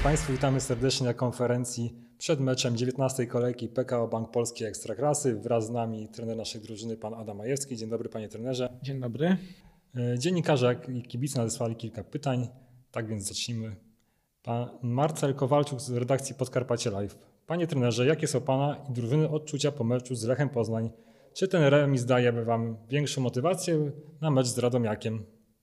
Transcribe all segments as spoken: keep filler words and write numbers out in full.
Państwu, witamy serdecznie na konferencji przed meczem dziewiętnastej kolejki P K O Bank Polski Ekstraklasy. Wraz z nami trener naszej drużyny, pan Adam Majewski. Dzień dobry, panie trenerze. Dzień dobry. Dziennikarze i kibice nadesłali kilka pytań, tak więc zacznijmy. Pan Marcel Kowalczuk z redakcji Podkarpacie Live. Panie trenerze, jakie są pana i drużyny odczucia po meczu z Lechem Poznań? Czy ten remis daje wam większą motywację na mecz z Radomiakiem?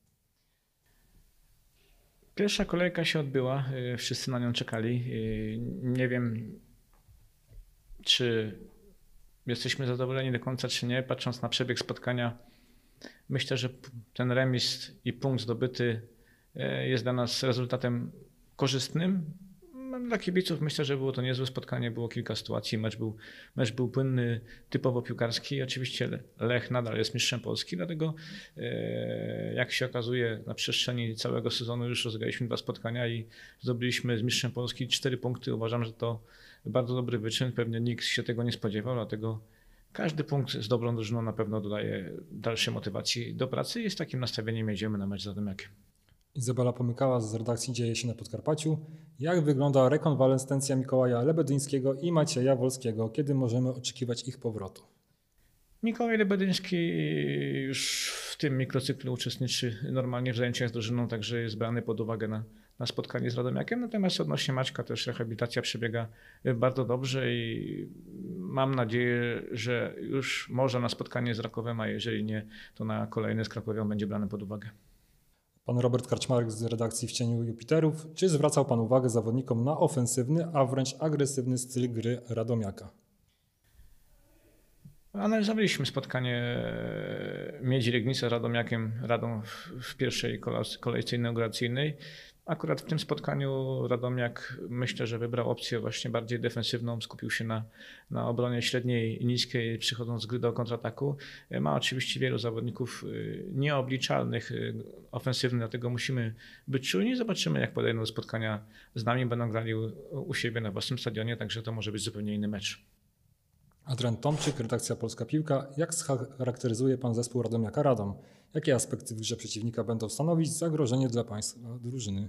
Pierwsza kolejka się odbyła, wszyscy na nią czekali. Nie wiem, czy jesteśmy zadowoleni do końca, czy nie. Patrząc na przebieg spotkania, myślę, że ten remis i punkt zdobyty jest dla nas rezultatem korzystnym. Dla kibiców myślę, że było to niezłe spotkanie, było kilka sytuacji, mecz był, mecz był płynny, typowo piłkarski. Oczywiście Lech nadal jest mistrzem Polski, dlatego jak się okazuje na przestrzeni całego sezonu już rozegraliśmy dwa spotkania i zdobyliśmy z mistrzem Polski cztery punkty. Uważam, że to bardzo dobry wyczyn, pewnie nikt się tego nie spodziewał, dlatego każdy punkt z dobrą drużyną na pewno dodaje dalszej motywacji do pracy i z takim nastawieniem jedziemy na mecz z Radomiakiem. Izabela Pomykała z redakcji Dzieje się na Podkarpaciu. Jak wygląda rekonwalescencja Mikołaja Lebedyńskiego i Macieja Wolskiego? Kiedy możemy oczekiwać ich powrotu? Mikołaj Lebedyński już w tym mikrocyklu uczestniczy normalnie w zajęciach z drużyną, także jest brany pod uwagę na, na spotkanie z Radomiakiem. Natomiast odnośnie Maćka też rehabilitacja przebiega bardzo dobrze i mam nadzieję, że już może na spotkanie z Rakowem, a jeżeli nie, to na kolejne z Krakowią będzie brany pod uwagę. Pan Robert Karczmarek z redakcji W cieniu Jupiterów. Czy zwracał pan uwagę zawodnikom na ofensywny, a wręcz agresywny styl gry Radomiaka? Analizowaliśmy spotkanie Miedzi Legnica z Radomiakiem Radą w pierwszej kolejce inauguracyjnej. Akurat w tym spotkaniu Radomiak myślę, że wybrał opcję właśnie bardziej defensywną, skupił się na, na obronie średniej i niskiej, przychodząc z gry do kontrataku. Ma oczywiście wielu zawodników nieobliczalnych ofensywnych, dlatego musimy być czujni. Zobaczymy, jak podejdą do spotkania z nami, będą grali u, u siebie na własnym stadionie, także to może być zupełnie inny mecz. Adrian Tomczyk, redakcja Polska Piłka. Jak scharakteryzuje pan zespół Radomiaka Radom? Jakie aspekty w grze przeciwnika będą stanowić zagrożenie dla państwa drużyny?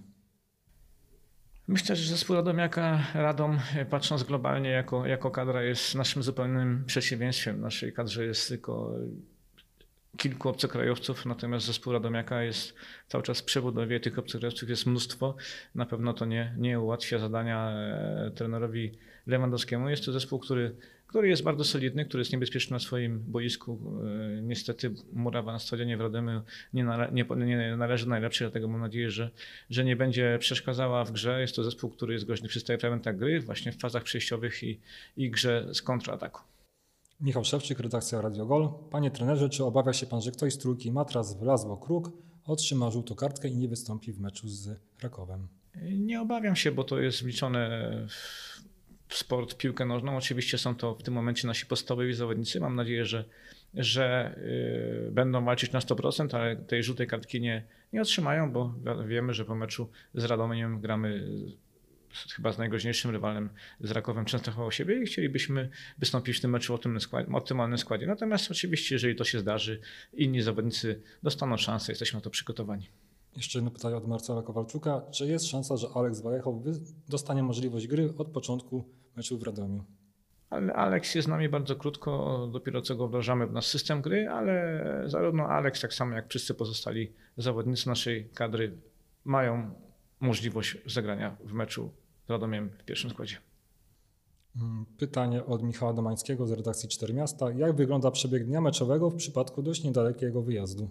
Myślę, że zespół Radomiaka Radom, patrząc globalnie jako, jako kadra, jest naszym zupełnym przeciwieństwem. W naszej kadrze jest tylko kilku obcokrajowców, natomiast zespół Radomiaka jest cały czas w przebudowie, tych obcokrajowców jest mnóstwo. Na pewno to nie, nie ułatwia zadania trenerowi Lewandowskiemu. Jest to zespół, który, który jest bardzo solidny, który jest niebezpieczny na swoim boisku. Niestety murawa na stadionie w Radomiu nie, nale, nie, nie należy do najlepszych, dlatego mam nadzieję, że, że nie będzie przeszkadzała w grze. Jest to zespół, który jest groźny przy stałych fragmentach gry, właśnie w fazach przejściowych i, i grze z kontrataku. Michał Szewczyk, redakcja Radio Gol. Panie trenerze, czy obawia się pan, że ktoś z trójki Matras, Wlazło, Kruk otrzyma żółtą kartkę i nie wystąpi w meczu z Rakowem? Nie obawiam się, bo to jest wliczone w sport, piłkę nożną. Oczywiście są to w tym momencie nasi podstawowi zawodnicy. Mam nadzieję, że, że yy, będą walczyć na sto procent, ale tej żółtej kartki nie, nie otrzymają, bo wiemy, że po meczu z Radomiem gramy chyba z najgroźniejszym rywalem z Rakowem Częstochowa u siebie i chcielibyśmy wystąpić w tym meczu w optymalnym składzie. Natomiast oczywiście, jeżeli to się zdarzy, inni zawodnicy dostaną szansę, jesteśmy na to przygotowani. Jeszcze jedno pytanie od Marcela Kowalczuka. Czy jest szansa, że Aleks Wajechow dostanie możliwość gry od początku meczu w Radomiu? Ale Aleks jest z nami bardzo krótko, dopiero co go wdrażamy w nasz system gry, ale zarówno Aleks, tak samo jak wszyscy pozostali zawodnicy naszej kadry mają możliwość zagrania w meczu z Radomiem w pierwszym składzie. Pytanie od Michała Domańskiego z redakcji Cztery Miasta. Jak wygląda przebieg dnia meczowego w przypadku dość niedalekiego wyjazdu?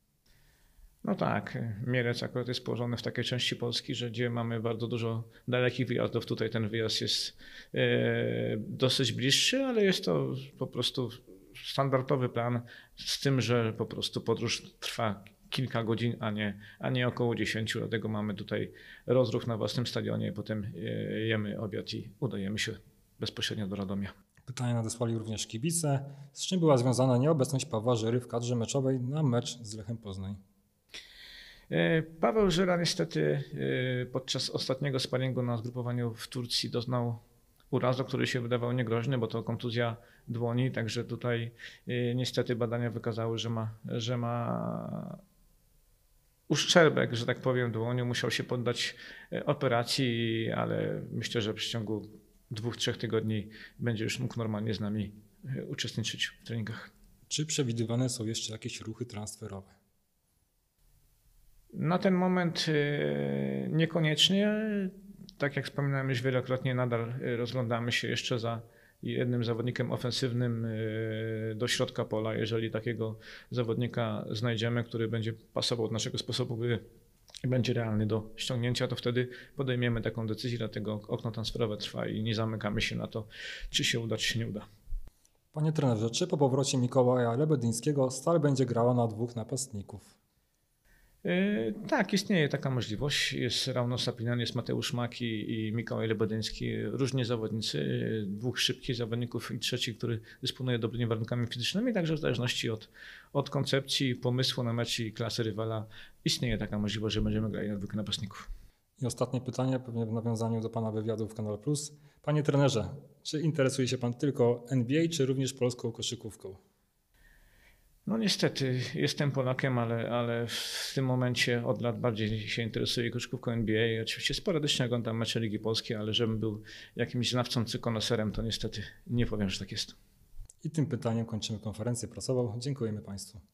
No tak, Mielec akurat jest położony w takiej części Polski, że gdzie mamy bardzo dużo dalekich wyjazdów. Tutaj ten wyjazd jest e, dosyć bliższy, ale jest to po prostu standardowy plan z tym, że po prostu podróż trwa kilka godzin, a nie, a nie około dziesięciu. Dlatego mamy tutaj rozruch na własnym stadionie, potem jemy obiad i udajemy się bezpośrednio do Radomia. Pytanie nadesłali również kibice. Z czym była związana nieobecność Pawła Żyry w kadrze meczowej na mecz z Lechem Poznań? Paweł Żyra niestety podczas ostatniego sparingu na zgrupowaniu w Turcji doznał urazu, który się wydawał niegroźny, bo to kontuzja dłoni, także tutaj niestety badania wykazały, że ma, że ma uszczerbek, że tak powiem, dłonią, musiał się poddać operacji, ale myślę, że w przeciągu dwóch, trzech tygodni będzie już mógł normalnie z nami uczestniczyć w treningach. Czy przewidywane są jeszcze jakieś ruchy transferowe? Na ten moment niekoniecznie. Tak jak wspominałem już wielokrotnie, nadal rozglądamy się jeszcze za jednym zawodnikiem ofensywnym do środka pola. Jeżeli takiego zawodnika znajdziemy, który będzie pasował do naszego sposobu gry i będzie realny do ściągnięcia, to wtedy podejmiemy taką decyzję, dlatego okno transferowe trwa i nie zamykamy się na to, czy się uda, czy się nie uda. Panie trenerze, czy po powrocie Mikołaja Lebedyńskiego Stal będzie grała na dwóch napastników? Yy, tak, istnieje taka możliwość. Jest Rauno Sapinian, jest Mateusz Maki i Mikołaj Lebedyński. Różni zawodnicy, yy, dwóch szybkich zawodników i trzeci, który dysponuje dobrymi warunkami fizycznymi. Także w zależności od, od koncepcji, pomysłu na mecz i klasy rywala istnieje taka możliwość, że będziemy grali na dwóch napastników. I ostatnie pytanie, pewnie w nawiązaniu do Pana wywiadu w Kanal Plus. Panie trenerze, czy interesuje się Pan tylko N B A, czy również polską koszykówką? No niestety, jestem Polakiem, ale, ale w tym momencie od lat bardziej się interesuję koszykówką N B A. Oczywiście sporadycznie oglądam mecze Ligi Polskiej, ale żebym był jakimś znawcą czy konoserem, to niestety nie powiem, że tak jest. I tym pytaniem kończymy konferencję prasową. Dziękujemy Państwu.